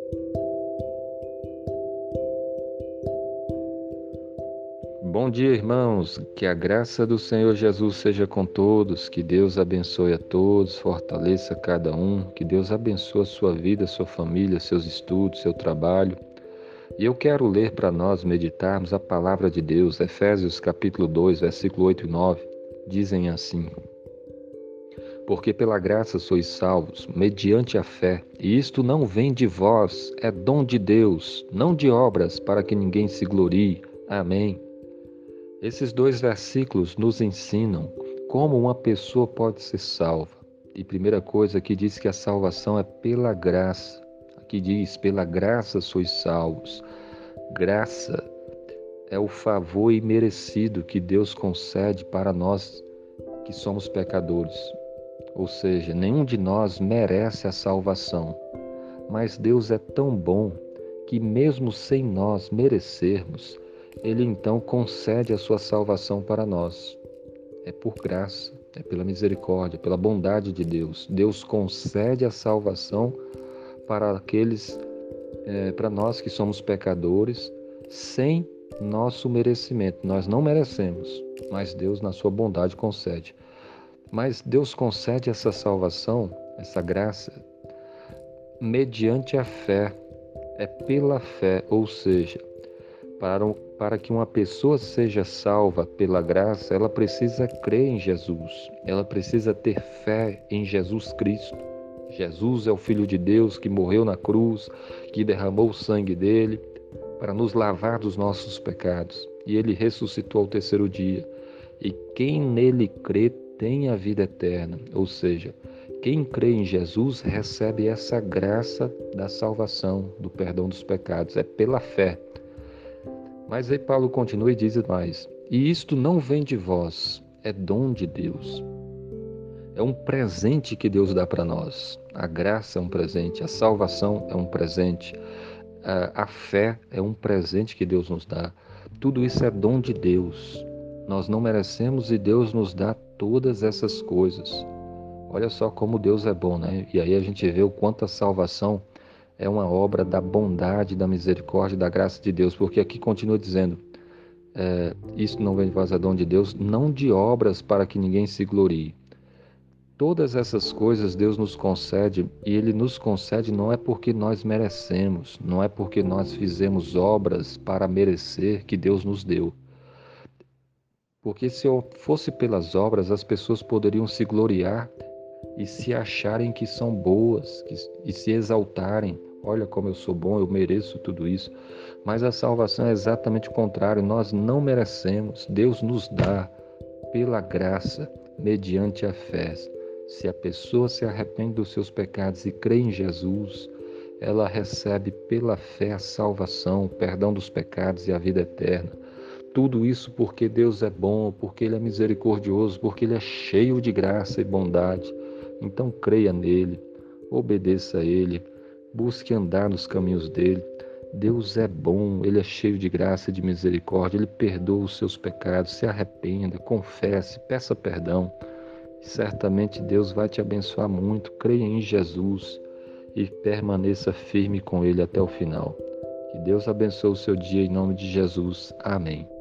Bom dia, irmãos. Que a graça do Senhor Jesus seja com todos. Que Deus abençoe a todos, fortaleça cada um. Que Deus abençoe a sua vida, sua família, seus estudos, seu trabalho. E eu quero ler para nós meditarmos a palavra de Deus. Efésios capítulo 2, versículo 8 e 9. Dizem assim: Porque pela graça sois salvos, mediante a fé. E isto não vem de vós, é dom de Deus, não de obras, para que ninguém se glorie. Amém. Esses dois versículos nos ensinam como uma pessoa pode ser salva. E primeira coisa, aqui diz que a salvação é pela graça. Aqui diz, pela graça sois salvos. Graça é o favor imerecido que Deus concede para nós que somos pecadores. Ou seja, nenhum de nós merece a salvação. Mas Deus é tão bom que mesmo sem nós merecermos, Ele então concede a sua salvação para nós. É por graça, é pela misericórdia, pela bondade de Deus. Deus concede a salvação para para nós que somos pecadores, sem nosso merecimento. Nós não merecemos, mas Deus, na sua bondade, concede. Mas Deus concede essa salvação, essa graça, mediante a fé. É pela fé, ou seja, para que uma pessoa seja salva pela graça, ela precisa crer em Jesus, ela precisa ter fé em Jesus Cristo. Jesus é o Filho de Deus que morreu na cruz, que derramou o sangue dele para nos lavar dos nossos pecados. E ele ressuscitou ao terceiro dia. E quem nele crê tem a vida eterna, ou seja, quem crê em Jesus recebe essa graça da salvação, do perdão dos pecados, é pela fé. Mas aí Paulo continua e diz mais: E isto não vem de vós, é dom de Deus. É um presente que Deus dá para nós. A graça é um presente, a salvação é um presente, a fé é um presente que Deus nos dá. Tudo isso é dom de Deus. Nós não merecemos e Deus nos dá todas essas coisas. Olha só como Deus é bom, né? E aí a gente vê o quanto a salvação é uma obra da bondade, da misericórdia, da graça de Deus, porque aqui continua dizendo, isso não vem de vós, é dom de Deus, não de obras para que ninguém se glorie. Todas essas coisas Deus nos concede, e Ele nos concede não é porque nós merecemos, não é porque nós fizemos obras para merecer que Deus nos deu. Porque se eu fosse pelas obras, as pessoas poderiam se gloriar e se acharem que são boas, e se exaltarem. Olha como eu sou bom, eu mereço tudo isso. Mas a salvação é exatamente o contrário. Nós não merecemos. Deus nos dá pela graça, mediante a fé. Se a pessoa se arrepende dos seus pecados e crê em Jesus, ela recebe pela fé a salvação, o perdão dos pecados e a vida eterna. Tudo isso porque Deus é bom, porque Ele é misericordioso, porque Ele é cheio de graça e bondade. Então creia nele, obedeça a Ele, busque andar nos caminhos dele. Deus é bom, Ele é cheio de graça e de misericórdia, Ele perdoa os seus pecados, se arrependa, confesse, peça perdão. Certamente Deus vai te abençoar muito. Creia em Jesus e permaneça firme com Ele até o final. Que Deus abençoe o seu dia em nome de Jesus. Amém.